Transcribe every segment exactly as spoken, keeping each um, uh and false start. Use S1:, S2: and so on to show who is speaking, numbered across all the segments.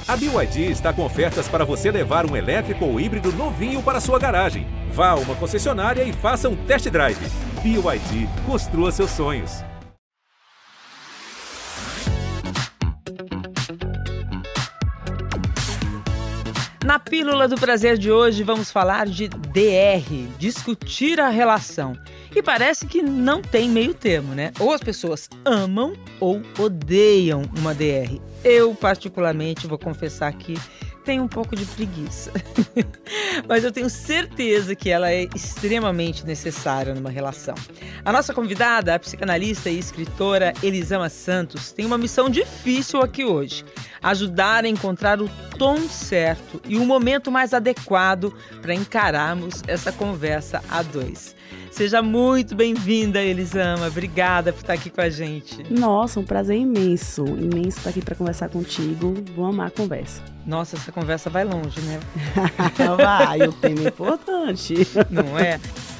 S1: A B Y D está com ofertas para você levar um elétrico ou híbrido novinho para sua garagem. Vá a uma concessionária e faça um test drive. B Y D, construa seus sonhos.
S2: Na Pílula do Prazer de hoje vamos falar de D R, discutir a relação. E parece que não tem meio termo, né? Ou as pessoas amam ou odeiam uma D R. Eu, particularmente, vou confessar que tenho um pouco de preguiça. Mas eu tenho certeza que ela é extremamente necessária numa relação. A nossa convidada, a psicanalista e escritora Elisama Santos, tem uma missão difícil aqui hoje. Ajudar a encontrar o tom certo e o momento mais adequado para encararmos essa conversa a dois. Seja muito bem-vinda, Elisama. Obrigada por estar aqui com a gente.
S3: Nossa, um prazer imenso. Imenso estar aqui para conversar contigo. Vou amar a conversa.
S2: Nossa, essa conversa vai longe, né?
S3: Vai, o tema é importante.
S2: Não é?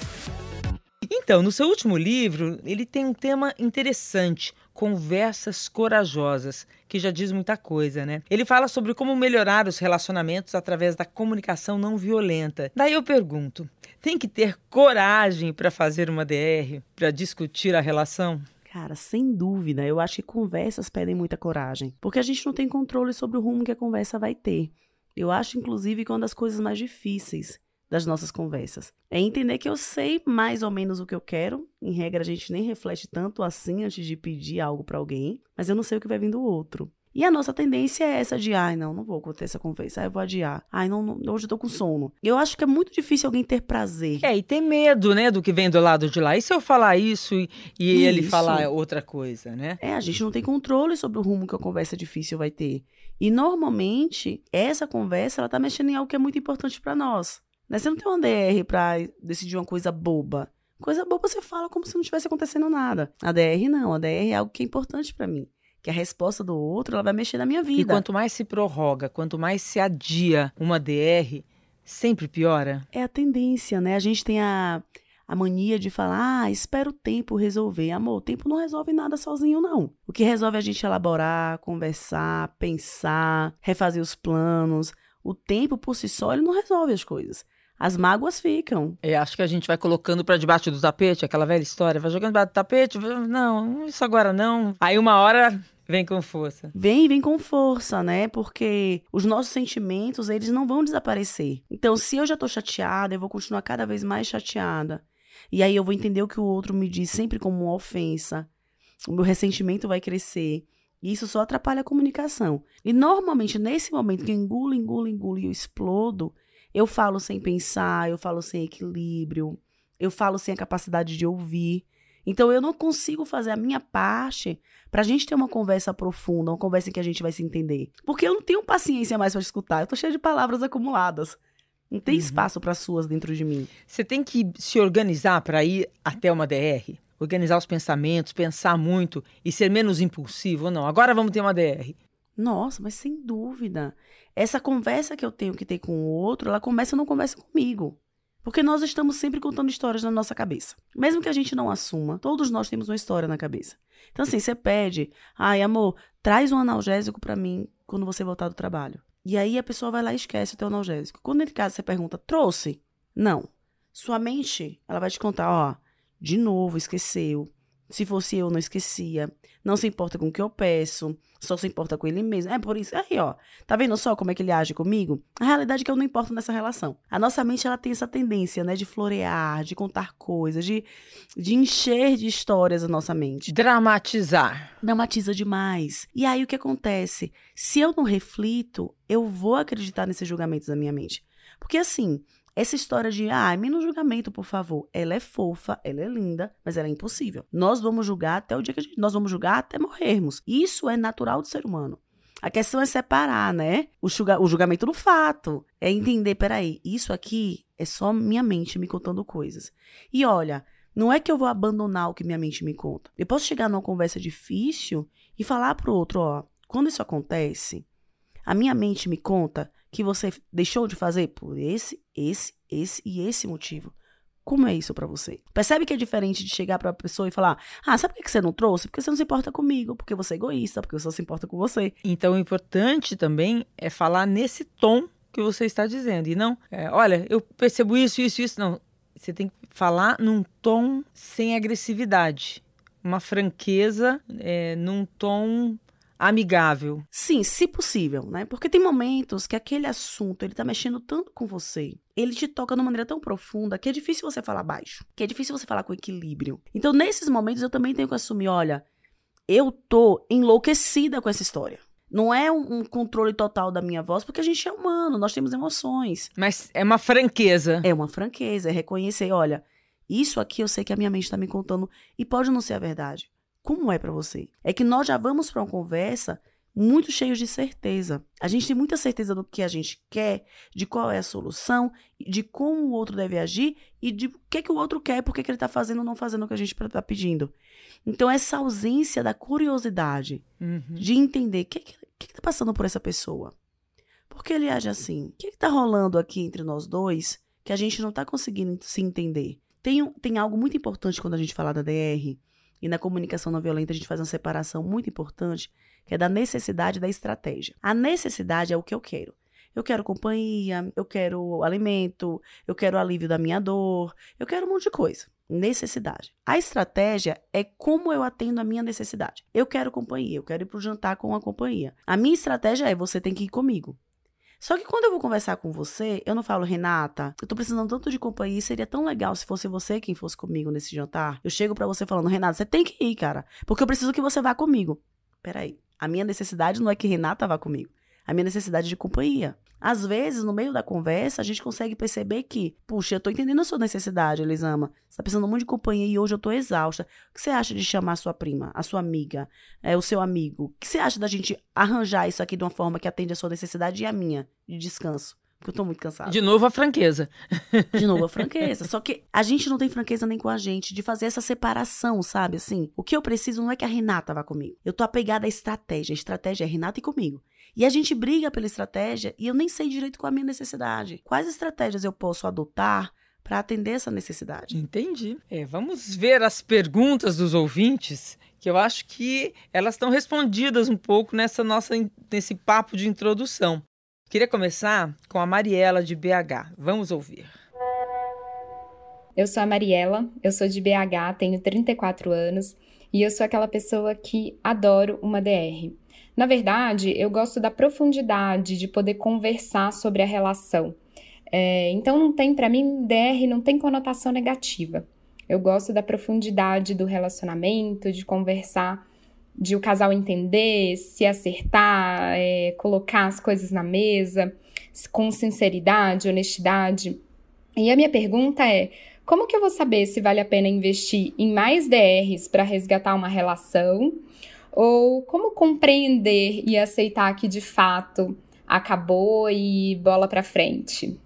S2: Então, no seu último livro, ele tem um tema interessante, Conversas Corajosas, que já diz muita coisa, né? Ele fala sobre como melhorar os relacionamentos através da comunicação não violenta. Daí eu pergunto, tem que ter coragem para fazer uma D R, para discutir a relação?
S3: Cara, sem dúvida, eu acho que conversas pedem muita coragem, porque a gente não tem controle sobre o rumo que a conversa vai ter. Eu acho, inclusive, que uma das coisas mais difíceis das nossas conversas é entender que eu sei mais ou menos o que eu quero. Em regra, a gente nem reflete tanto assim antes de pedir algo para alguém, mas eu não sei o que vai vir do outro. E a nossa tendência é essa de, ai, não, não vou ter essa conversa, ai, eu vou adiar, ai, não, não, hoje eu tô com sono. Eu acho que é muito difícil alguém ter prazer.
S2: É, e ter medo, né, do que vem do lado de lá. E se eu falar isso e, e ele falar outra coisa, né?
S3: É, a gente não tem controle sobre o rumo que a conversa difícil vai ter. E, normalmente, essa conversa, ela tá mexendo em algo que é muito importante pra nós. Né? Você não tem uma D R pra decidir uma coisa boba. Coisa boba você fala como se não estivesse acontecendo nada. A D R não, a D R é algo que é importante pra mim. Que a resposta do outro, ela vai mexer na minha vida.
S2: E quanto mais se prorroga, quanto mais se adia uma D R, sempre piora?
S3: É a tendência, né? A gente tem a, a mania de falar, ah, espera o tempo resolver. Amor, o tempo não resolve nada sozinho, não. O que resolve é a gente elaborar, conversar, pensar, refazer os planos. O tempo, por si só, ele não resolve as coisas. As mágoas ficam.
S2: Eu acho que a gente vai colocando pra debaixo do tapete, aquela velha história, vai jogando debaixo do tapete, não, isso agora não. Aí uma hora vem com força.
S3: Vem, vem com força, né? Porque os nossos sentimentos, eles não vão desaparecer. Então, se eu já tô chateada, eu vou continuar cada vez mais chateada. E aí eu vou entender o que o outro me diz sempre como uma ofensa. O meu ressentimento vai crescer. E isso só atrapalha a comunicação. E normalmente, nesse momento que eu engulo, engulo, engulo e eu explodo, eu falo sem pensar, eu falo sem equilíbrio, eu falo sem a capacidade de ouvir. Então, eu não consigo fazer a minha parte pra gente ter uma conversa profunda, uma conversa em que a gente vai se entender. Porque eu não tenho paciência mais pra escutar, eu tô cheia de palavras acumuladas. Não tem uhum. espaço para suas dentro de mim.
S2: Você tem que se organizar para ir até uma D R? Organizar os pensamentos, pensar muito e ser menos impulsivo ou não? Agora vamos ter uma D R.
S3: Nossa, mas sem dúvida. Essa conversa que eu tenho que ter com o outro, ela começa ou não conversa comigo. Porque nós estamos sempre contando histórias na nossa cabeça. Mesmo que a gente não assuma, todos nós temos uma história na cabeça. Então assim, você pede, ai amor, traz um analgésico pra mim quando você voltar do trabalho. E aí a pessoa vai lá e esquece o teu analgésico. Quando em casa você pergunta, trouxe? Não. Sua mente, ela vai te contar, ó, de novo, esqueceu. Se fosse eu, não esquecia. Não se importa com o que eu peço. Só se importa com ele mesmo. É por isso. Aí, ó. Tá vendo só como é que ele age comigo? A realidade é que eu não importo nessa relação. A nossa mente, ela tem essa tendência, né? De florear, de contar coisas, de, de encher de histórias a nossa mente.
S2: Dramatizar.
S3: Dramatiza demais. E aí, o que acontece? Se eu não reflito, eu vou acreditar nesses julgamentos da minha mente. Porque, assim... Essa história de, ah, menos julgamento, por favor. Ela é fofa, ela é linda, mas ela é impossível. Nós vamos julgar até o dia que a gente... Nós vamos julgar até morrermos. Isso é natural do ser humano. A questão é separar, né? O, julga, o julgamento do fato. É entender, peraí, isso aqui é só minha mente me contando coisas. E olha, não é que eu vou abandonar o que minha mente me conta. Eu posso chegar numa conversa difícil e falar pro outro, ó, quando isso acontece, a minha mente me conta que você deixou de fazer por esse, esse, esse e esse motivo. Como é isso pra você? Percebe que é diferente de chegar pra pessoa e falar, ah, sabe por que você não trouxe? Porque você não se importa comigo, porque você é egoísta, porque você só se importa com você.
S2: Então, o importante também é falar nesse tom que você está dizendo. E não, é, olha, eu percebo isso, isso, isso. Não, você tem que falar num tom sem agressividade. Uma franqueza, é, num tom amigável.
S3: Sim, se possível, né? Porque tem momentos que aquele assunto, ele tá mexendo tanto com você, ele te toca de uma maneira tão profunda que é difícil você falar baixo, que é difícil você falar com equilíbrio. Então, nesses momentos, eu também tenho que assumir, olha, eu tô enlouquecida com essa história. Não é um, um controle total da minha voz, porque a gente é humano, nós temos emoções.
S2: Mas é uma franqueza.
S3: É uma franqueza, é reconhecer, olha, isso aqui eu sei que a minha mente tá me contando e pode não ser a verdade. Como é pra você? É que nós já vamos pra uma conversa muito cheios de certeza. A gente tem muita certeza do que a gente quer, de qual é a solução, de como o outro deve agir e de o que, que o outro quer, por que, que ele tá fazendo ou não fazendo o que a gente tá pedindo. Então, essa ausência da curiosidade,
S2: Uhum.
S3: de entender o que, que, que, que tá passando por essa pessoa. Por que ele age assim? O que, que tá rolando aqui entre nós dois que a gente não tá conseguindo se entender? Tem, tem algo muito importante quando a gente fala da D R, e na comunicação não violenta a gente faz uma separação muito importante, que é da necessidade e da estratégia. A necessidade é o que eu quero. Eu quero companhia, eu quero alimento, eu quero alívio da minha dor, eu quero um monte de coisa. Necessidade. A estratégia é como eu atendo a minha necessidade. Eu quero companhia, eu quero ir pro jantar com a companhia. A minha estratégia é, você tem que ir comigo. Só que quando eu vou conversar com você, eu não falo, Renata, eu tô precisando tanto de companhia, seria tão legal se fosse você quem fosse comigo nesse jantar. Eu chego pra você falando, Renata, você tem que ir, cara, porque eu preciso que você vá comigo. Peraí, a minha necessidade não é que Renata vá comigo, a minha necessidade é de companhia. Às vezes, no meio da conversa, a gente consegue perceber que, puxa, eu tô entendendo a sua necessidade, Elisama. Você tá precisando muito de companhia e hoje eu tô exausta. O que você acha de chamar a sua prima, a sua amiga, é, o seu amigo? O que você acha da gente arranjar isso aqui de uma forma que atende a sua necessidade e a minha, de descanso? Porque eu tô muito cansada.
S2: De novo a franqueza.
S3: De novo a franqueza. Só que a gente não tem franqueza nem com a gente de fazer essa separação, sabe? Assim, o que eu preciso não é que a Renata vá comigo. Eu tô apegada à estratégia. A estratégia é Renata e comigo. E a gente briga pela estratégia e eu nem sei direito qual é a minha necessidade. Quais estratégias eu posso adotar para atender essa necessidade?
S2: Entendi. É, vamos ver as perguntas dos ouvintes, que eu acho que elas estão respondidas um pouco nessa nossa, nesse papo de introdução. Queria começar com a Mariela de B H. Vamos ouvir.
S4: Eu sou a Mariela, eu sou de B H, tenho trinta e quatro anos e eu sou aquela pessoa que adoro uma D R. Na verdade, eu gosto da profundidade de poder conversar sobre a relação. É, então, não tem, para mim, D R não tem conotação negativa. Eu gosto da profundidade do relacionamento, de conversar, de o casal entender, se acertar, é, colocar as coisas na mesa, com sinceridade, honestidade. E a minha pergunta é, como que eu vou saber se vale a pena investir em mais D Rs para resgatar uma relação? Ou como compreender e aceitar que, de fato, acabou e bola pra frente?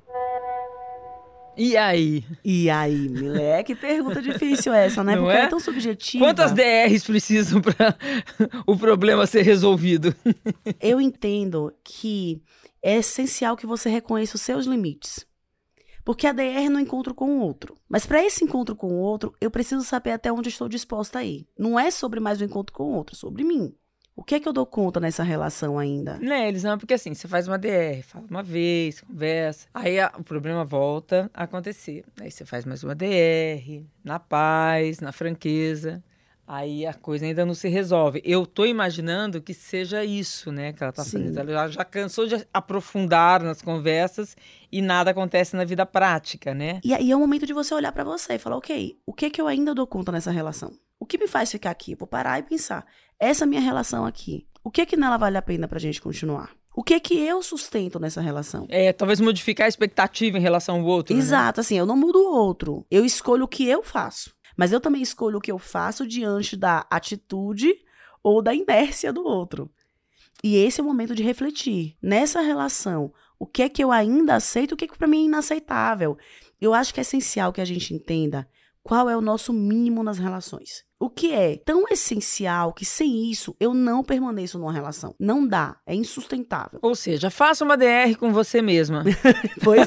S2: E aí?
S3: E aí, moleque? Pergunta difícil essa, né?
S2: Não
S3: Porque
S2: é?
S3: ela é tão subjetiva.
S2: Quantas D Rs precisam para o problema ser resolvido?
S3: Eu entendo que é essencial que você reconheça os seus limites. Porque a D R é no encontro com o outro. Mas para esse encontro com o outro, eu preciso saber até onde estou disposta a ir. Não é sobre mais o encontro com o outro, é sobre mim. O que é que eu dou conta nessa relação ainda?
S2: Né, Elisama? Porque assim, você faz uma D R, fala uma vez, conversa, aí a, o problema volta a acontecer. Aí você faz mais uma D R, na paz, na franqueza, aí a coisa ainda não se resolve. Eu tô imaginando que seja isso, né, que ela tá
S3: Sim.
S2: fazendo. Ela já cansou de aprofundar nas conversas e nada acontece na vida prática, né?
S3: E aí é o momento de você olhar pra você e falar, ok, o que é que eu ainda dou conta nessa relação? O que me faz ficar aqui? Eu vou parar e pensar, essa minha relação aqui, o que é que nela vale a pena pra gente continuar? O que é que eu sustento nessa relação?
S2: É, talvez modificar a expectativa em relação ao outro, né?
S3: Exato, assim, eu não mudo o outro, eu escolho o que eu faço. Mas eu também escolho o que eu faço diante da atitude ou da inércia do outro. E esse é o momento de refletir. Nessa relação, o que é que eu ainda aceito, o que é que pra mim é inaceitável? Eu acho que é essencial que a gente entenda qual é o nosso mínimo nas relações. o que é tão essencial que sem isso eu não permaneço numa relação. Não dá, é insustentável.
S2: Ou seja, faça uma D R com você mesma.
S3: Pois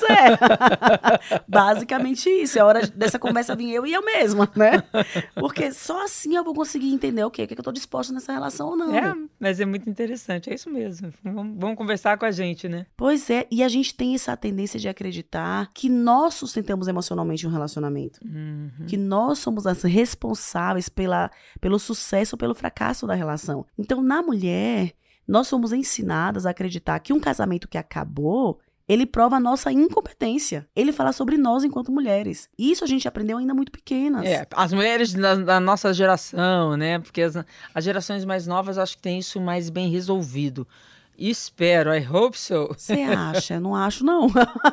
S3: é. Basicamente isso. É hora dessa conversa vir eu e eu mesma, né? Porque só assim eu vou conseguir entender o quê? O que, é que eu tô disposta nessa relação ou não.
S2: É, mas é muito interessante, é isso mesmo. Vamos, vamos conversar com a gente, né?
S3: Pois é, e a gente tem essa tendência de acreditar que nós sustentamos emocionalmente um relacionamento.
S2: Uhum.
S3: Que nós somos as responsáveis pela, pelo sucesso ou pelo fracasso da relação. Então, na mulher, nós somos ensinadas a acreditar que um casamento que acabou, ele prova a nossa incompetência. Ele fala sobre nós enquanto mulheres. E isso a gente aprendeu ainda muito pequenas.
S2: É, as mulheres da, da nossa geração, né? Porque as, as gerações mais novas acho que tem isso mais bem resolvido. Espero, I hope so.
S3: Você acha? Não acho, não.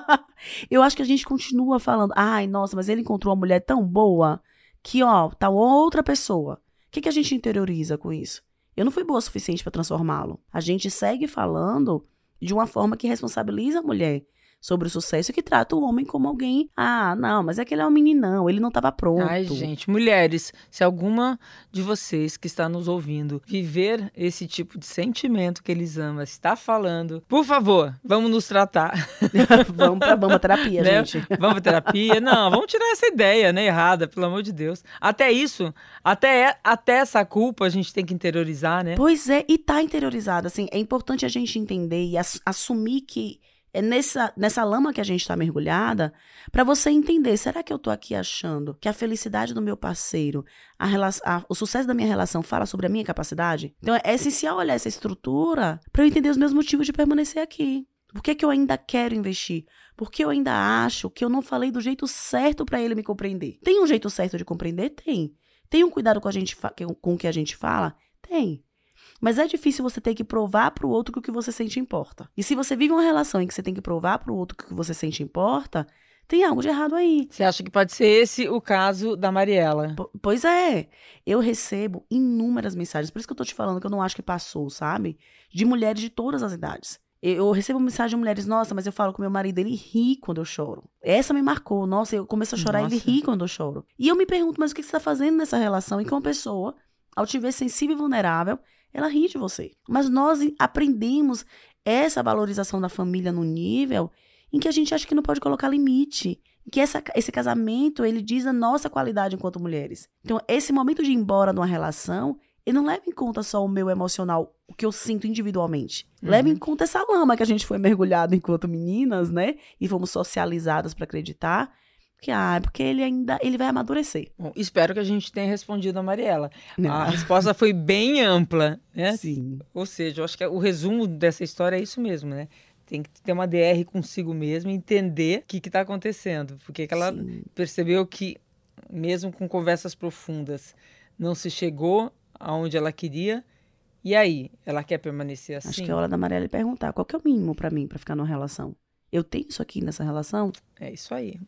S3: Eu acho que a gente continua falando, ai, nossa, mas ele encontrou uma mulher tão boa que, ó, tá outra pessoa. O que, que a gente interioriza com isso? Eu não fui boa o suficiente para transformá-lo. A gente segue falando de uma forma que responsabiliza a mulher sobre o sucesso e que trata o homem como alguém, ah, não, mas é que ele é um meninão, ele não estava pronto.
S2: Ai, gente, mulheres, se alguma de vocês que está nos ouvindo viver esse tipo de sentimento que eles amam, está falando, por favor, vamos nos tratar.
S3: Vamos pra Bamba Terapia,
S2: né?
S3: gente.
S2: Vamos terapia? Não, vamos tirar essa ideia, né, errada, pelo amor de Deus. Até isso, até, até essa culpa a gente tem que interiorizar, né?
S3: Pois é, e tá interiorizado, assim, é importante a gente entender e ass- assumir que é nessa, nessa lama que a gente está mergulhada, para você entender, será que eu tô aqui achando que a felicidade do meu parceiro, a relação, a, o sucesso da minha relação fala sobre a minha capacidade? Então é essencial olhar essa estrutura para eu entender os meus motivos de permanecer aqui. Por que que eu ainda quero investir? Por que eu ainda acho que eu não falei do jeito certo para ele me compreender? Tem um jeito certo de compreender? Tem. Tem um cuidado com, a gente fa- com o que a gente fala? Tem. Mas é difícil você ter que provar pro outro que o que você sente importa. E se você vive uma relação em que você tem que provar pro outro que o que você sente importa, tem algo de errado aí.
S2: Você acha que pode ser esse o caso da Mariela?
S3: P- pois é. Eu recebo inúmeras mensagens, por isso que eu tô te falando que eu não acho que passou, sabe? De mulheres de todas as idades. Eu recebo mensagem de mulheres, nossa, mas eu falo com meu marido, ele ri quando eu choro. Essa me marcou, nossa, eu começo a chorar,
S2: Nossa.
S3: ele ri quando eu choro. E eu me pergunto, mas o que você tá fazendo nessa relação em que uma pessoa, ao te ver sensível e vulnerável, ela ri de você. Mas nós aprendemos essa valorização da família no nível em que a gente acha que não pode colocar limite. Que essa, esse casamento, ele diz a nossa qualidade enquanto mulheres. Então, esse momento de ir embora de uma relação, ele não leva em conta só o meu emocional, o que eu sinto individualmente.
S2: Uhum.
S3: Leva em conta essa lama que a gente foi mergulhado enquanto meninas, né? E fomos socializadas para acreditar que, ah, porque ele ainda, ele vai amadurecer.
S2: Bom, espero que a gente tenha respondido a Mariela.
S3: Não.
S2: A resposta foi bem ampla, né?
S3: Sim.
S2: Ou seja, eu acho que o resumo dessa história é isso mesmo, né? Tem que ter uma D R consigo mesmo e entender o que está acontecendo. Porque que ela
S3: Sim.
S2: percebeu que, mesmo com conversas profundas, não se chegou aonde ela queria. E aí, ela quer permanecer assim?
S3: Acho que é hora da Mariela perguntar, qual que é o mínimo para mim, para ficar numa relação? Eu tenho isso aqui nessa relação?
S2: É isso aí.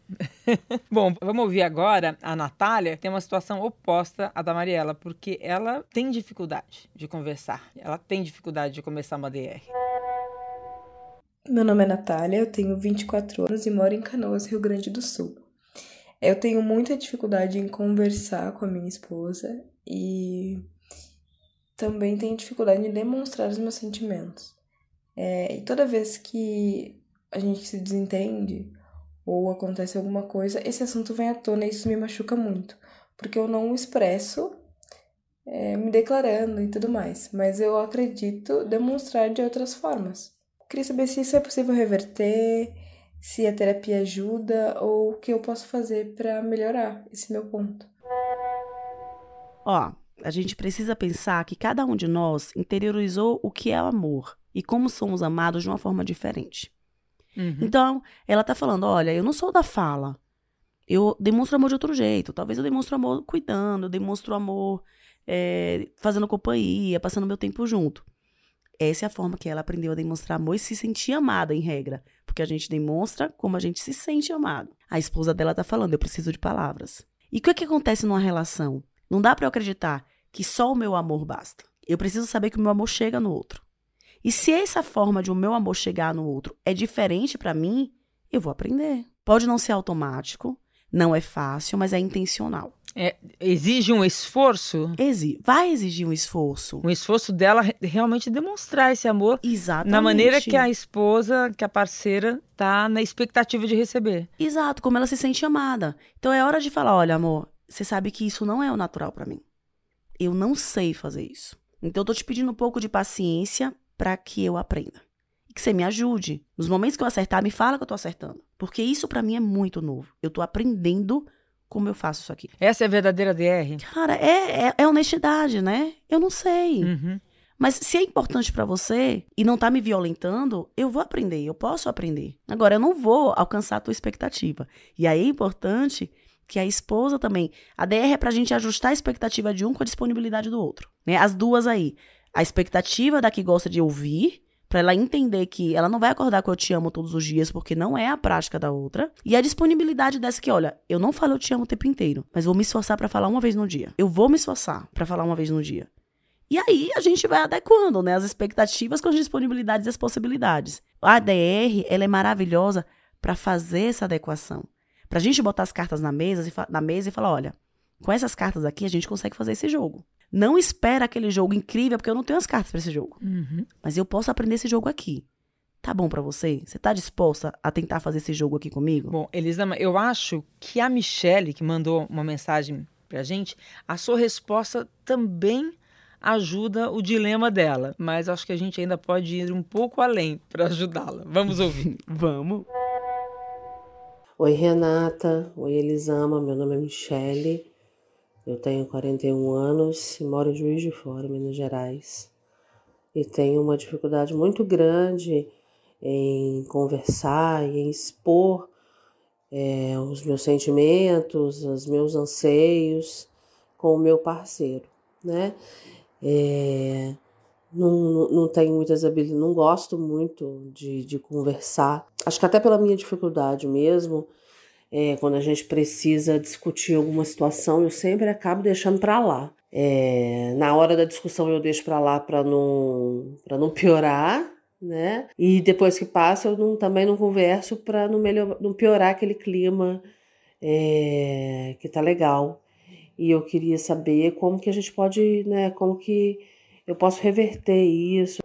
S2: Bom, vamos ouvir agora a Natália, que tem uma situação oposta à da Mariela, porque ela tem dificuldade de conversar. Ela tem dificuldade de começar uma D R.
S5: Meu nome é Natália, eu tenho vinte e quatro anos e moro em Canoas, Rio Grande do Sul. Eu tenho muita dificuldade em conversar com a minha esposa e também tenho dificuldade em demonstrar os meus sentimentos. É, e toda vez que a gente se desentende ou acontece alguma coisa, esse assunto vem à tona e isso me machuca muito, porque eu não o expresso é, me declarando e tudo mais, mas eu acredito demonstrar de outras formas. Queria saber se isso é possível reverter, se a terapia ajuda ou o que eu posso fazer para melhorar esse meu ponto.
S3: Ó, a gente precisa pensar que cada um de nós interiorizou o que é amor e como somos amados de uma forma diferente.
S2: Uhum.
S3: Então, ela tá falando, olha, eu não sou da fala. Eu demonstro amor de outro jeito. Talvez eu demonstre amor cuidando, eu demonstro amor é, fazendo companhia, passando meu tempo junto. Essa é a forma que ela aprendeu a demonstrar amor e se sentir amada, em regra. Porque a gente demonstra como a gente se sente amado. A esposa dela tá falando, eu preciso de palavras. E o que, é que acontece numa relação? Não dá pra eu acreditar que só o meu amor basta. Eu preciso saber que o meu amor chega no outro. E se essa forma de o meu amor chegar no outro é diferente pra mim, eu vou aprender. Pode não ser automático, não é fácil, mas é intencional.
S2: É, exige um esforço?
S3: Exi- vai exigir um esforço.
S2: Um esforço dela re- realmente demonstrar esse amor
S3: Exatamente.
S2: na maneira que a esposa, que a parceira, tá na expectativa de receber.
S3: Exato, como ela se sente amada. Então é hora de falar, olha, amor, você sabe que isso não é o natural pra mim. Eu não sei fazer isso. Então eu tô te pedindo um pouco de paciência pra que eu aprenda. E que você me ajude. Nos momentos que eu acertar, me fala que eu tô acertando. Porque isso pra mim é muito novo. Eu tô aprendendo como eu faço isso aqui.
S2: Essa é a verdadeira D R?
S3: Cara, é, é, é honestidade, né? Eu não sei.
S2: Uhum.
S3: Mas se é importante pra você e não tá me violentando, eu vou aprender, eu posso aprender. Agora, eu não vou alcançar a tua expectativa. E aí é importante que a esposa também... A D R é pra gente ajustar a expectativa de um com a disponibilidade do outro. Né? As duas aí. A expectativa da que gosta de ouvir, pra ela entender que ela não vai acordar com eu te amo todos os dias, porque não é a prática da outra. E a disponibilidade dessa que, olha, eu não falo eu te amo o tempo inteiro, mas vou me esforçar pra falar uma vez no dia. Eu vou me esforçar pra falar uma vez no dia. E aí a gente vai adequando, né, as expectativas com as disponibilidades e as possibilidades. A D R, ela é maravilhosa pra fazer essa adequação. Pra gente botar as cartas na mesa, e na mesa e falar, olha, com essas cartas aqui a gente consegue fazer esse jogo. Não espera aquele jogo incrível, porque eu não tenho as cartas pra esse jogo.
S2: Uhum.
S3: Mas eu posso aprender esse jogo aqui. Tá bom pra você? Você tá disposta a tentar fazer esse jogo aqui comigo?
S2: Bom, Elisama, eu acho que a Michele, que mandou uma mensagem pra gente, a sua resposta também ajuda o dilema dela. Mas acho que a gente ainda pode ir um pouco além para ajudá-la. Vamos ouvir.
S3: Vamos.
S6: Oi, Renata. Oi, Elisama. Meu nome é Michele. Eu tenho quarenta e um anos e moro em Juiz de Fora, Minas Gerais. E tenho uma dificuldade muito grande em conversar e em expor é, os meus sentimentos, os meus anseios com o meu parceiro, né? É, não, não, não tenho muitas habilidades, não gosto muito de, de conversar. Acho que até pela minha dificuldade mesmo, é, quando a gente precisa discutir alguma situação, eu sempre acabo deixando para lá. É, na hora da discussão eu deixo para lá para não, para não piorar, né? E depois que passa eu não, também não converso para não, melhor, não piorar aquele clima é, que tá legal. E eu queria saber como que a gente pode, né? Como que eu posso reverter isso.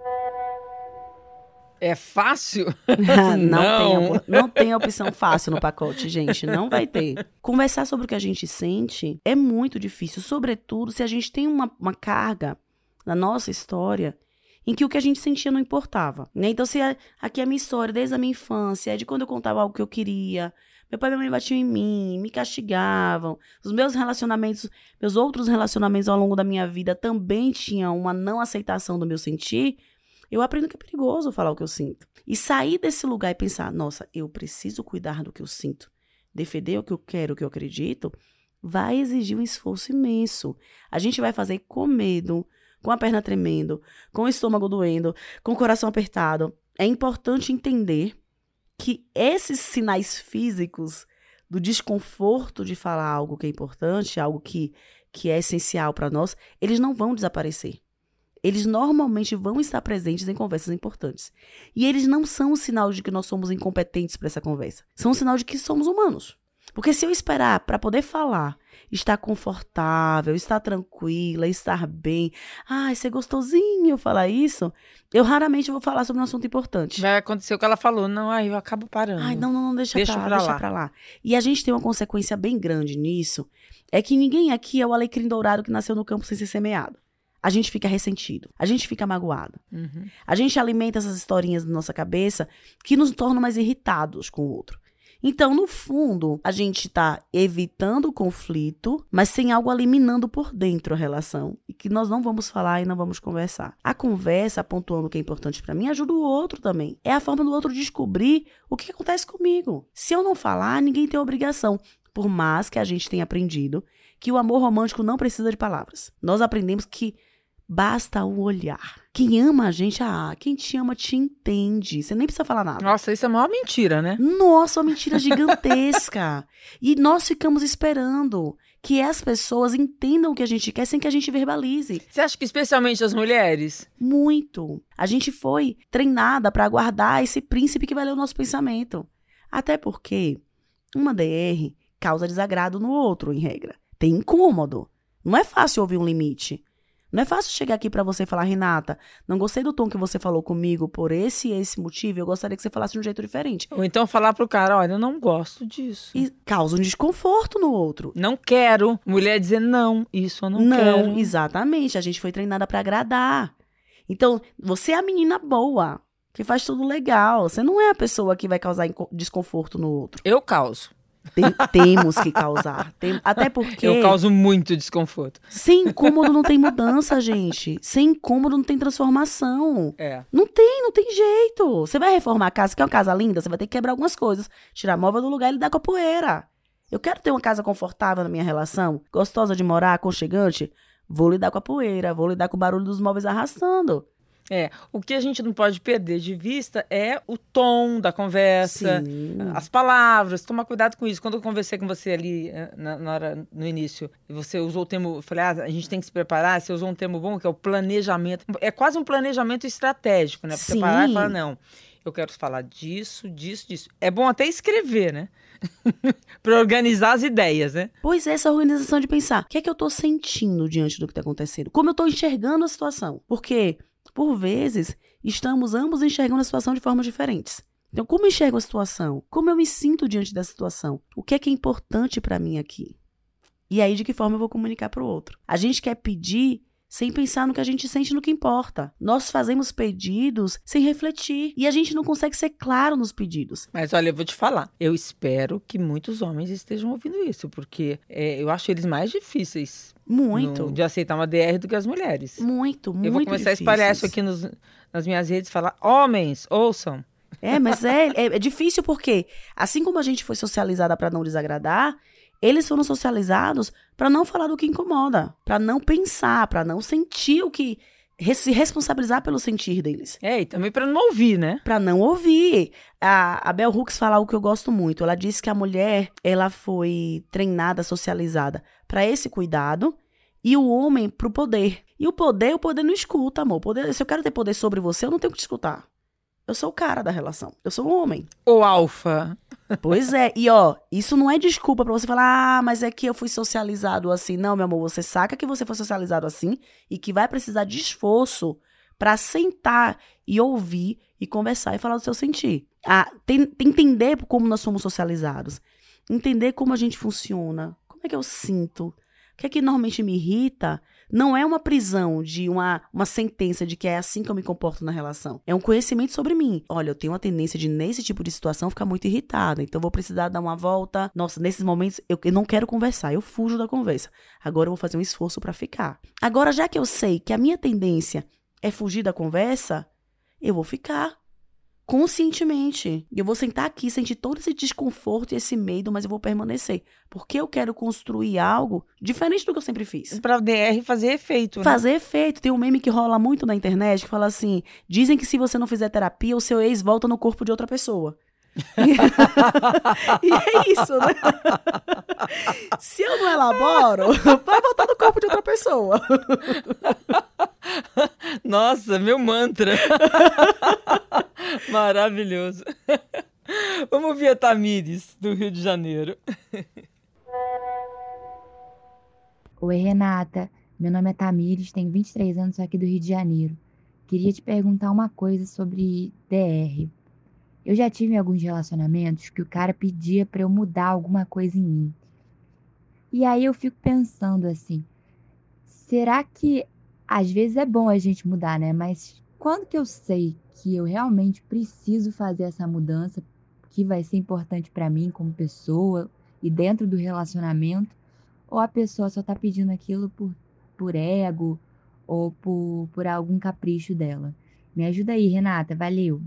S2: É fácil?
S3: não,
S2: Não.
S3: Tem, não tem opção fácil no pacote, gente. Não vai ter. Conversar sobre o que a gente sente é muito difícil. Sobretudo se a gente tem uma, uma carga na nossa história em que o que a gente sentia não importava. Né? Então, se a, aqui é a minha história desde a minha infância, é de quando eu contava algo que eu queria... Meu pai e minha mãe batiam em mim, me castigavam. Os meus relacionamentos, meus outros relacionamentos ao longo da minha vida também tinham uma não aceitação do meu sentir. Eu aprendo que é perigoso falar o que eu sinto. E sair desse lugar e pensar, nossa, eu preciso cuidar do que eu sinto, defender o que eu quero, o que eu acredito, vai exigir um esforço imenso. A gente vai fazer com medo, com a perna tremendo, com o estômago doendo, com o coração apertado. É importante entender que esses sinais físicos do desconforto de falar algo que é importante, algo que, que é essencial para nós, eles não vão desaparecer. Eles normalmente vão estar presentes em conversas importantes. E eles não são um sinal de que nós somos incompetentes para essa conversa. São um sinal de que somos humanos. Porque se eu esperar para poder falar, estar confortável, estar tranquila, estar bem, ai, ser gostosinho eu falar isso, eu raramente vou falar sobre um assunto importante.
S2: Vai acontecer o que ela falou. Não, aí eu acabo parando.
S3: Ai, não, não, não, deixa,
S2: Deixa
S3: pra,
S2: pra
S3: deixa
S2: lá.
S3: pra lá. E a gente tem uma consequência bem grande nisso, é que ninguém aqui é o alecrim dourado que nasceu no campo sem ser semeado. A gente fica ressentido, a gente fica magoado.
S2: Uhum.
S3: A gente alimenta essas historinhas na nossa cabeça que nos tornam mais irritados com o outro. Então, no fundo, a gente está evitando o conflito, mas sem algo eliminando por dentro a relação. E que nós não vamos falar e não vamos conversar. A conversa, pontuando o que é importante para mim, ajuda o outro também. É a forma do outro descobrir o que acontece comigo. Se eu não falar, ninguém tem obrigação. Por mais que a gente tenha aprendido que o amor romântico não precisa de palavras. Nós aprendemos que basta o olhar. Quem ama a gente, ah, quem te ama te entende. Você nem precisa falar nada.
S2: Nossa, isso é a maior mentira, né?
S3: Nossa, uma mentira gigantesca. E nós ficamos esperando que as pessoas entendam o que a gente quer sem que a gente verbalize.
S2: Você acha que especialmente as mulheres?
S3: Muito. A gente foi treinada para aguardar esse príncipe que vai ler o nosso pensamento. Até porque uma D R causa desagrado no outro, em regra. Tem incômodo. Não é fácil ouvir um limite. Não é fácil chegar aqui pra você e falar, Renata, não gostei do tom que você falou comigo por esse e esse motivo, eu gostaria que você falasse de um jeito diferente.
S2: Ou então falar pro cara, olha, eu não gosto disso.
S3: E causa um desconforto no outro.
S2: Não quero. Mulher dizer não, isso eu não,
S3: não
S2: quero.
S3: Não, exatamente. A gente foi treinada pra agradar. Então, você é a menina boa, que faz tudo legal. Você não é a pessoa que vai causar desconforto no outro.
S2: Eu causo.
S3: Tem, temos que causar. Tem, até porque...
S2: Eu causo muito desconforto.
S3: Sem incômodo não tem mudança, gente. Sem incômodo não tem transformação.
S2: É.
S3: Não tem, não tem jeito. Você vai reformar a casa, quer uma casa linda? Você vai ter que quebrar algumas coisas. Tirar a móvel do lugar e lidar com a poeira. Eu quero ter uma casa confortável na minha relação, gostosa de morar, aconchegante. Vou lidar com a poeira, vou lidar com o barulho dos móveis arrastando.
S2: É, o que a gente não pode perder de vista é o tom da conversa,
S3: Sim.
S2: as palavras, tomar cuidado com isso. Quando eu conversei com você ali na, na hora, no início, você usou o termo, eu falei, ah, a gente tem que se preparar, você usou um termo bom, que é o planejamento. É quase um planejamento estratégico, né? Pra você parar e falar, não, eu quero falar disso, disso, disso. É bom até escrever, né? Para organizar as ideias, né?
S3: Pois é, essa organização de pensar. O que é que eu tô sentindo diante do que tá acontecendo? Como eu tô enxergando a situação? Porque... Por vezes, estamos ambos enxergando a situação de formas diferentes. Então, como eu enxergo a situação? Como eu me sinto diante da situação? O que é que é importante para mim aqui? E aí, de que forma eu vou comunicar para o outro? A gente quer pedir sem pensar no que a gente sente, no que importa. Nós fazemos pedidos sem refletir. E a gente não consegue ser claro nos pedidos.
S2: Mas olha, eu vou te falar. Eu espero que muitos homens estejam ouvindo isso, porque é, eu acho eles mais difíceis
S3: muito
S2: no, de aceitar uma D R do que as mulheres.
S3: Muito, muito
S2: Eu vou começar
S3: difíceis.
S2: a espalhar isso aqui nos, nas minhas redes e falar, homens, ouçam.
S3: É, mas é, é, é difícil porque, assim como a gente foi socializada para não desagradar, eles foram socializados para não falar do que incomoda, para não pensar, para não sentir o que... se responsabilizar pelo sentir deles.
S2: É, e também para não ouvir, né?
S3: Para não ouvir. A, a Bell Hooks fala algo que eu gosto muito. Ela disse que a mulher, ela foi treinada, socializada para esse cuidado e o homem pro poder. E o poder, o poder não escuta, amor. Poder, se eu quero ter poder sobre você, eu não tenho que te escutar. Eu sou o cara da relação. Eu sou o homem.
S2: O alfa.
S3: Pois é. E, ó, isso não é desculpa pra você falar, ah, mas é que eu fui socializado assim. Não, meu amor, você saca que você foi socializado assim e que vai precisar de esforço pra sentar e ouvir e conversar e falar do seu sentir. Ah, tem, tem entender como nós somos socializados. Entender como a gente funciona. Como é que eu sinto? O que é que normalmente me irrita? Não é uma prisão de uma, uma sentença de que é assim que eu me comporto na relação. É um conhecimento sobre mim. Olha, eu tenho uma tendência de, nesse tipo de situação, ficar muito irritada. Então, eu vou precisar dar uma volta. Nossa, nesses momentos, eu, eu não quero conversar. Eu fujo da conversa. Agora, eu vou fazer um esforço pra ficar. Agora, já que eu sei que a minha tendência é fugir da conversa, eu vou ficar. Conscientemente. Eu vou sentar aqui, sentir todo esse desconforto e esse medo, mas eu vou permanecer. Porque eu quero construir algo diferente do que eu sempre fiz.
S2: Pra D R fazer efeito, né?
S3: Fazer efeito. Tem um meme que rola muito na internet que fala assim, dizem que se você não fizer terapia, o seu ex volta no corpo de outra pessoa. E é isso, né? Se eu não elaboro, vai voltar no corpo de outra pessoa.
S2: Nossa, meu mantra. Maravilhoso. Vamos ouvir a Tamires, do Rio de Janeiro.
S7: Oi, Renata. Meu nome é Tamires, tenho vinte e três anos, sou aqui do Rio de Janeiro. Queria te perguntar uma coisa sobre D R. Eu já tive alguns relacionamentos que o cara pedia pra eu mudar alguma coisa em mim. E aí eu fico pensando assim, será que às vezes é bom a gente mudar, né? Mas quando que eu sei que eu realmente preciso fazer essa mudança que vai ser importante pra mim como pessoa e dentro do relacionamento, ou a pessoa só tá pedindo aquilo por, por ego ou por, por algum capricho dela? Me ajuda aí, Renata, valeu!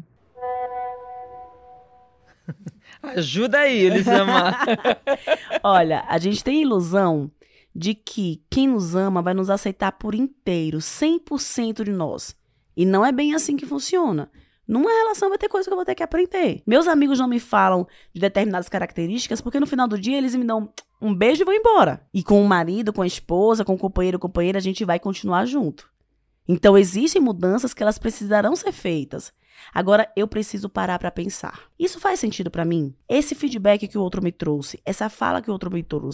S2: Ajuda aí, Elisama.
S3: Olha, a gente tem a ilusão de que quem nos ama vai nos aceitar por inteiro, cem por cento de nós. E não é bem assim que funciona. Numa relação vai ter coisa que eu vou ter que aprender. Meus amigos não me falam de determinadas características porque no final do dia eles me dão um beijo e vão embora. E com o marido, com a esposa, com o companheiro ou companheira, a gente vai continuar junto. Então existem mudanças que elas precisarão ser feitas. Agora, eu preciso parar para pensar. Isso faz sentido para mim? Esse feedback que o outro me trouxe, essa fala que o outro me trouxe,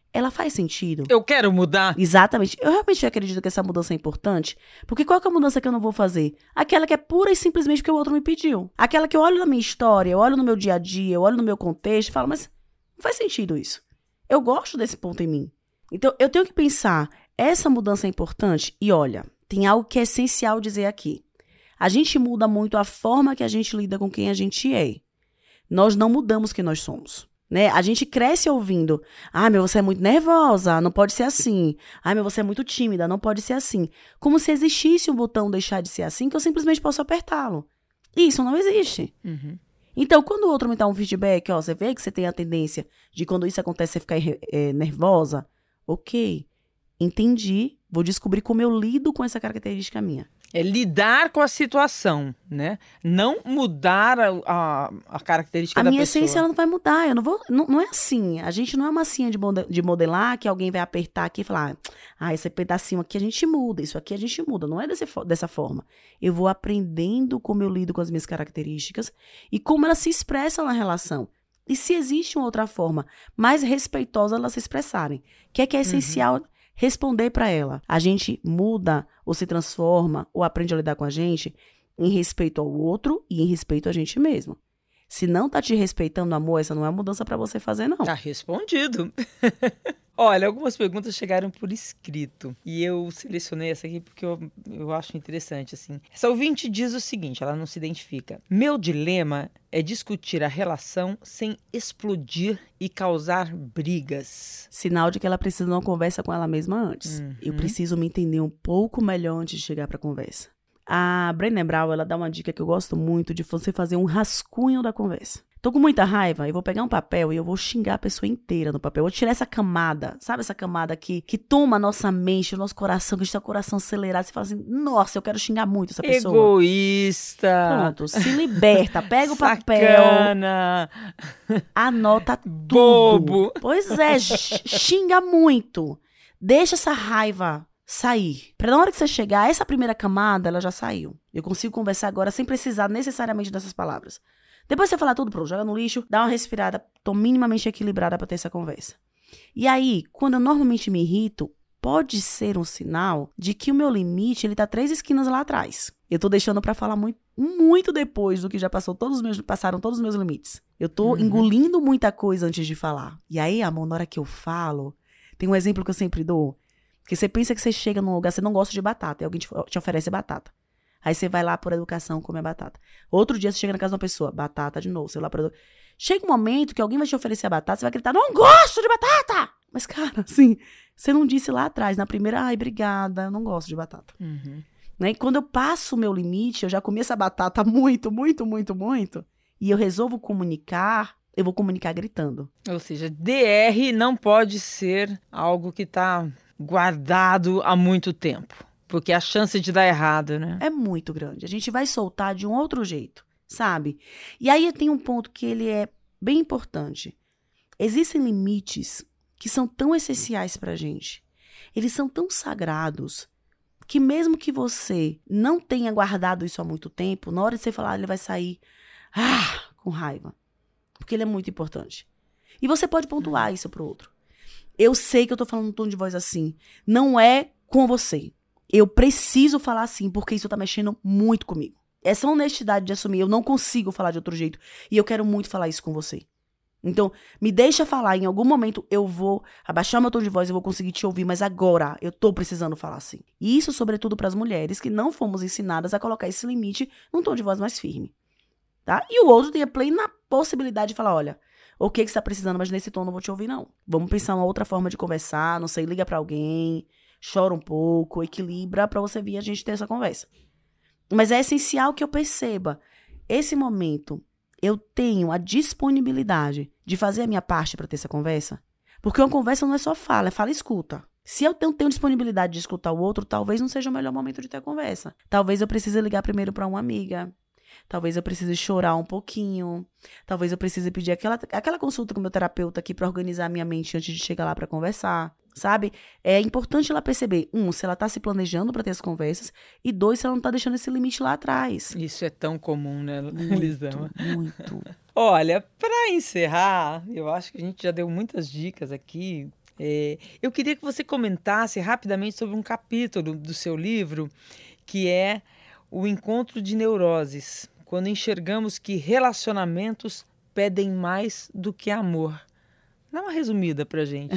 S3: ela faz sentido?
S2: Eu quero mudar.
S3: Exatamente. Eu realmente acredito que essa mudança é importante. Porque qual que é a mudança que eu não vou fazer? Aquela que é pura e simplesmente porque o outro me pediu. Aquela que eu olho na minha história, eu olho no meu dia a dia, eu olho no meu contexto e falo, mas não faz sentido isso. Eu gosto desse ponto em mim. Então, eu tenho que pensar, essa mudança é importante? E olha, tem algo que é essencial dizer aqui. A gente muda muito a forma que a gente lida com quem a gente é. Nós não mudamos quem nós somos. Né? A gente cresce ouvindo, ah, meu, você é muito nervosa, não pode ser assim. Ah, meu, você é muito tímida, não pode ser assim. Como se existisse um botão deixar de ser assim que eu simplesmente posso apertá-lo. Isso não existe.
S2: Uhum.
S3: Então, quando o outro me dá um feedback, ó, você vê que você tem a tendência de quando isso acontece você ficar é, nervosa, ok, entendi, vou descobrir como eu lido com essa característica minha.
S2: É lidar com a situação, né? Não mudar a, a, a característica
S3: a
S2: da
S3: minha
S2: pessoa.
S3: essência ela não vai mudar. Eu não vou. Não, não é assim. A gente não é massinha de, mode, de modelar que alguém vai apertar aqui e falar: ah, esse pedacinho aqui a gente muda, isso aqui a gente muda. Não é desse, dessa forma. Eu vou aprendendo como eu lido com as minhas características e como elas se expressam na relação. E se existe uma outra forma mais respeitosa elas se expressarem, que é que é essencial. Uhum. Responder para ela. A gente muda ou se transforma ou aprende a lidar com a gente em respeito ao outro e em respeito a gente mesmo. Se não tá te respeitando, amor, essa não é mudança para você fazer, não.
S2: Tá respondido. Olha, algumas perguntas chegaram por escrito e eu selecionei essa aqui porque eu, eu acho interessante, assim. Essa ouvinte diz o seguinte, ela não se identifica. Meu dilema é discutir a relação sem explodir e causar brigas.
S3: Sinal de que ela precisa de uma conversa com ela mesma antes. Uhum. Eu preciso me entender um pouco melhor antes de chegar pra conversa. A Brené Brown, ela dá uma dica que eu gosto muito de você fazer um rascunho da conversa. Tô com muita raiva, eu vou pegar um papel e eu vou xingar a pessoa inteira no papel. Eu vou tirar essa camada, sabe essa camada aqui que toma a nossa mente, o nosso coração, que a gente tá com o coração acelerado. Você fala assim, nossa, eu quero xingar muito essa pessoa.
S2: Egoísta.
S3: Pronto, se liberta, pega o papel.
S2: Sacana.
S3: Anota tudo.
S2: Bobo.
S3: Pois é, xinga muito. Deixa essa raiva sair. Pra na hora que você chegar, essa primeira camada, ela já saiu. Eu consigo conversar agora sem precisar necessariamente dessas palavras. Depois você falar tudo, pronto, joga no lixo, dá uma respirada, tô minimamente equilibrada pra ter essa conversa. E aí, quando eu normalmente me irrito, pode ser um sinal de que o meu limite, ele tá três esquinas lá atrás. Eu tô deixando pra falar muito, muito depois do que já passou todos os meus, passaram todos os meus limites. Eu tô uhum. engolindo muita coisa antes de falar. E aí, amor, na hora que eu falo, tem um exemplo que eu sempre dou, que você pensa que você chega num lugar, você não gosta de batata, e alguém te, te oferece batata. Aí você vai lá por educação comer batata. Outro dia você chega na casa de uma pessoa, batata de novo, você vai lá por educação. Chega um momento que alguém vai te oferecer a batata, você vai gritar, não gosto de batata! Mas, cara, assim, você não disse lá atrás, na primeira, ai, obrigada, eu não gosto de batata.
S2: Uhum.
S3: Né? E quando eu passo o meu limite, eu já comi essa batata muito, muito, muito, muito, e eu resolvo comunicar, eu vou comunicar gritando.
S2: Ou seja, D R não pode ser algo que está guardado há muito tempo. Porque a chance de dar errado, né?
S3: É muito grande. A gente vai soltar de um outro jeito, sabe? E aí tem um ponto que ele é bem importante. Existem limites que são tão essenciais pra gente. Eles são tão sagrados que mesmo que você não tenha guardado isso há muito tempo, na hora de você falar, ele vai sair ah, com raiva. Porque ele é muito importante. E você pode pontuar isso pro outro. Eu sei que eu tô falando um tom de voz assim. Não é com você. Eu preciso falar assim, porque isso tá mexendo muito comigo. Essa honestidade de assumir, eu não consigo falar de outro jeito. E eu quero muito falar isso com você. Então, me deixa falar. Em algum momento, eu vou abaixar meu tom de voz, eu vou conseguir te ouvir. Mas agora, eu tô precisando falar assim. E isso, sobretudo, para as mulheres que não fomos ensinadas a colocar esse limite num tom de voz mais firme. Tá? E o outro tem a plena possibilidade de falar, olha, o que, que você tá precisando, mas nesse tom eu não vou te ouvir, não. Vamos pensar uma outra forma de conversar, não sei, liga pra alguém... Chora um pouco, equilibra pra você vir a gente ter essa conversa. Mas é essencial que eu perceba. Esse momento, eu tenho a disponibilidade de fazer a minha parte pra ter essa conversa. Porque uma conversa não é só fala, é fala e escuta. Se eu não tenho disponibilidade de escutar o outro, talvez não seja o melhor momento de ter a conversa. Talvez eu precise ligar primeiro pra uma amiga. Talvez eu precise chorar um pouquinho. Talvez eu precise pedir aquela, aquela consulta com o meu terapeuta aqui pra organizar a minha mente antes de chegar lá pra conversar. Sabe? É importante ela perceber, um, se ela tá se planejando para ter as conversas, e dois, se ela não tá deixando esse limite lá atrás.
S2: Isso é tão comum, né,
S3: muito,
S2: Elisama?
S3: Muito.
S2: Olha, para encerrar, eu acho que a gente já deu muitas dicas aqui. É, eu queria que você comentasse rapidamente sobre um capítulo do seu livro, que é o encontro de neuroses, quando enxergamos que relacionamentos pedem mais do que amor. Dá uma resumida pra gente.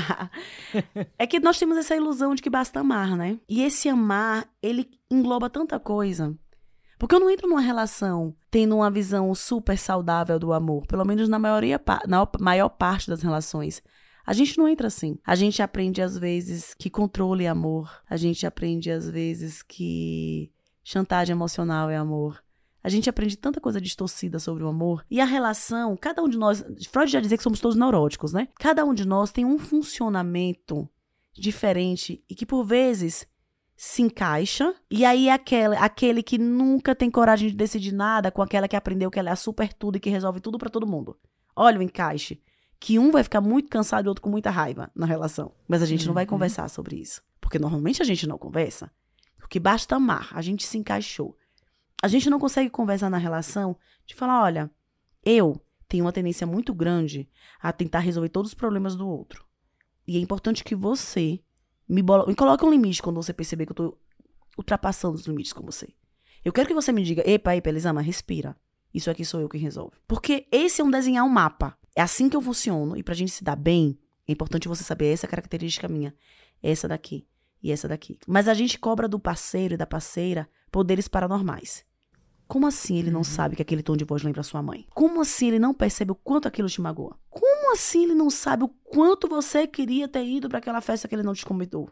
S3: É que nós temos essa ilusão de que basta amar, né? E esse amar, ele engloba tanta coisa. Porque eu não entro numa relação tendo uma visão super saudável do amor, pelo menos na, maioria, na maior parte das relações. A gente não entra assim. A gente aprende, às vezes, que controle é amor. A gente aprende, às vezes, que chantagem emocional é amor. A gente aprende tanta coisa distorcida sobre o amor. E a relação, cada um de nós... Freud já dizia que somos todos neuróticos, né? Cada um de nós tem um funcionamento diferente e que, por vezes, se encaixa. E aí é aquele, aquele que nunca tem coragem de decidir nada com aquela que aprendeu que ela é a super tudo e que resolve tudo pra todo mundo. Olha o encaixe. Que um vai ficar muito cansado e o outro com muita raiva na relação. Mas a gente uhum. não vai conversar sobre isso. Porque normalmente a gente não conversa. Porque basta amar. A gente se encaixou. A gente não consegue conversar na relação de falar, olha, eu tenho uma tendência muito grande a tentar resolver todos os problemas do outro. E é importante que você me, bolo... me coloque um limite quando você perceber que eu tô ultrapassando os limites com você. Eu quero que você me diga, epa, epa, Elisama, respira. Isso aqui sou eu que resolve. Porque esse é um desenhar um mapa. É assim que eu funciono. E pra gente se dar bem, é importante você saber essa característica minha. Essa daqui e essa daqui. Mas a gente cobra do parceiro e da parceira poderes paranormais. Como assim ele não uhum. sabe que aquele tom de voz lembra sua mãe? Como assim ele não percebe o quanto aquilo te magoa? Como assim ele não sabe o quanto você queria ter ido para aquela festa que ele não te convidou?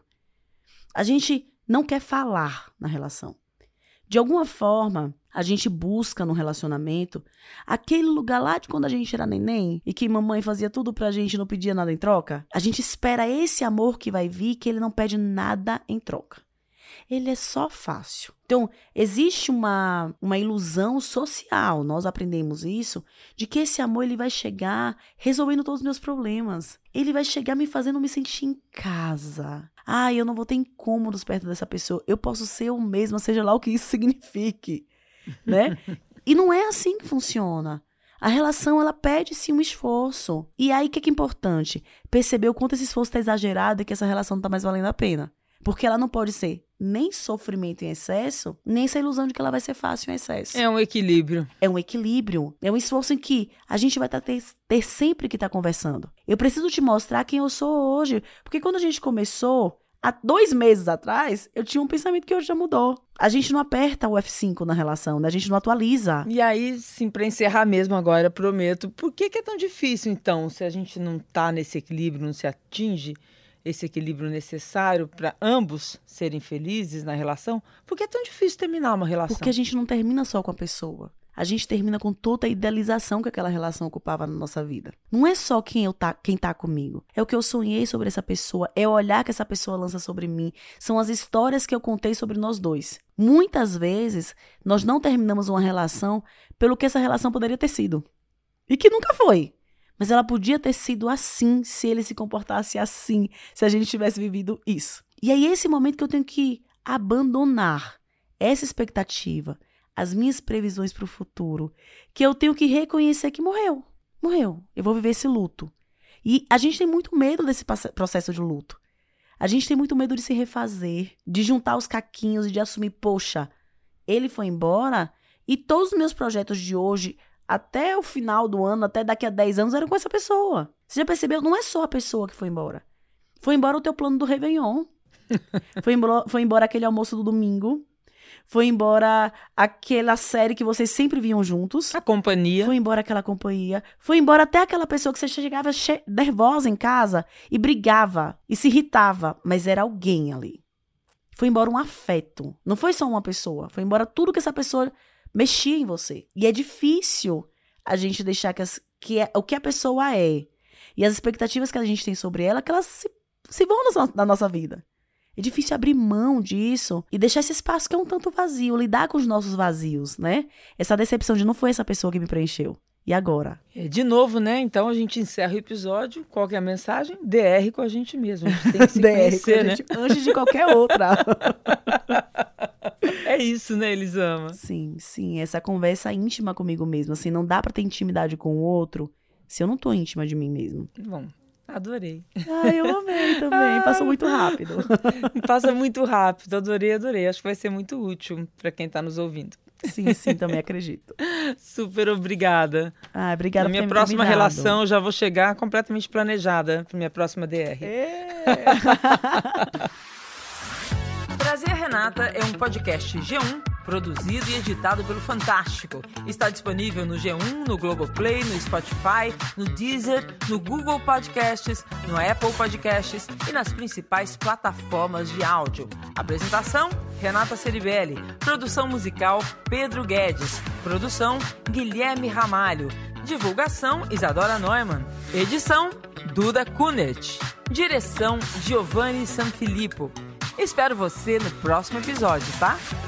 S3: A gente não quer falar na relação. De alguma forma, a gente busca no relacionamento aquele lugar lá de quando a gente era neném e que mamãe fazia tudo pra gente e não pedia nada em troca. A gente espera esse amor que vai vir, que ele não pede nada em troca. Ele é só fácil. Então, existe uma, uma ilusão social, nós aprendemos isso, de que esse amor ele vai chegar resolvendo todos os meus problemas. Ele vai chegar me fazendo me sentir em casa. Ah, eu não vou ter incômodos perto dessa pessoa. Eu posso ser eu mesma, seja lá o que isso signifique. Né? E não é assim que funciona. A relação, ela pede sim um esforço. E aí, o que é, que é importante? Perceber o quanto esse esforço está exagerado e que essa relação não está mais valendo a pena. Porque ela não pode ser nem sofrimento em excesso, nem essa ilusão de que ela vai ser fácil em excesso.
S2: É um equilíbrio.
S3: É um equilíbrio. É um esforço em que a gente vai tá ter, ter sempre que estar tá conversando. Eu preciso te mostrar quem eu sou hoje. Porque quando a gente começou, há dois meses atrás, eu tinha um pensamento que hoje já mudou. A gente não aperta o F cinco na relação, né? A gente não atualiza.
S2: E aí, sim, para encerrar mesmo agora, prometo, por que, que é tão difícil, então, se a gente não tá nesse equilíbrio, não se atinge esse equilíbrio necessário para ambos serem felizes na relação? Por que é tão difícil terminar uma relação?
S3: Porque a gente não termina só com a pessoa. A gente termina com toda a idealização que aquela relação ocupava na nossa vida. Não é só quem, eu tá, quem tá comigo. É o que eu sonhei sobre essa pessoa. É o olhar que essa pessoa lança sobre mim. São as histórias que eu contei sobre nós dois. Muitas vezes, nós não terminamos uma relação pelo que essa relação poderia ter sido. E que nunca foi. Mas ela podia ter sido assim, se ele se comportasse assim, se a gente tivesse vivido isso. E aí, esse momento que eu tenho que abandonar essa expectativa, as minhas previsões para o futuro, que eu tenho que reconhecer que morreu. Morreu. Eu vou viver esse luto. E a gente tem muito medo desse processo de luto. A gente tem muito medo de se refazer, de juntar os caquinhos e de assumir, poxa, ele foi embora e todos os meus projetos de hoje, até o final do ano, até daqui a dez anos, eram com essa pessoa. Você já percebeu? Não é só a pessoa que foi embora. Foi embora o teu plano do Réveillon. foi, embora, foi embora aquele almoço do domingo. Foi embora aquela série que vocês sempre viam juntos.
S2: A companhia.
S3: Foi embora aquela companhia. Foi embora até aquela pessoa que você chegava che- nervosa em casa e brigava e se irritava. Mas era alguém ali. Foi embora um afeto. Não foi só uma pessoa. Foi embora tudo que essa pessoa mexia em você. E é difícil a gente deixar que, as, que é, o que a pessoa é e as expectativas que a gente tem sobre ela, que elas se, se vão na, na nossa vida. É difícil abrir mão disso e deixar esse espaço que é um tanto vazio, lidar com os nossos vazios, né? Essa decepção de não foi essa pessoa que me preencheu. E agora?
S2: É, de novo, né? Então a gente encerra o episódio. Qual que é a mensagem? D R com a gente mesmo. A gente tem que se conhecer, né?
S3: Gente, antes de qualquer outra.
S2: É isso, né, Elisama?
S3: Sim, sim. Essa conversa íntima comigo mesmo. Assim, não dá pra ter intimidade com o outro se eu não tô íntima de mim mesmo.
S2: Bom, Adorei.
S3: Ah, eu amei também. Passou muito rápido.
S2: Passa muito rápido. Adorei, adorei. Acho que vai ser muito útil para quem está nos ouvindo.
S3: Sim, sim, também acredito.
S2: Super obrigada.
S3: Ah, obrigada
S2: Na minha
S3: por ter me
S2: próxima
S3: convidado.
S2: relação, eu já vou chegar completamente planejada para minha próxima D R.
S3: É.
S2: Prazer, Renata é um podcast G um, produzido e editado pelo Fantástico. Está disponível no G um, no Globoplay, no Spotify, no Deezer, no Google Podcasts, no Apple Podcasts e nas principais plataformas de áudio. Apresentação, Renata Ceribelli. Produção musical, Pedro Guedes. Produção, Guilherme Ramalho. Divulgação, Isadora Neumann. Edição, Duda Kunert. Direção, Giovanni Sanfilippo. Espero você no próximo episódio, tá?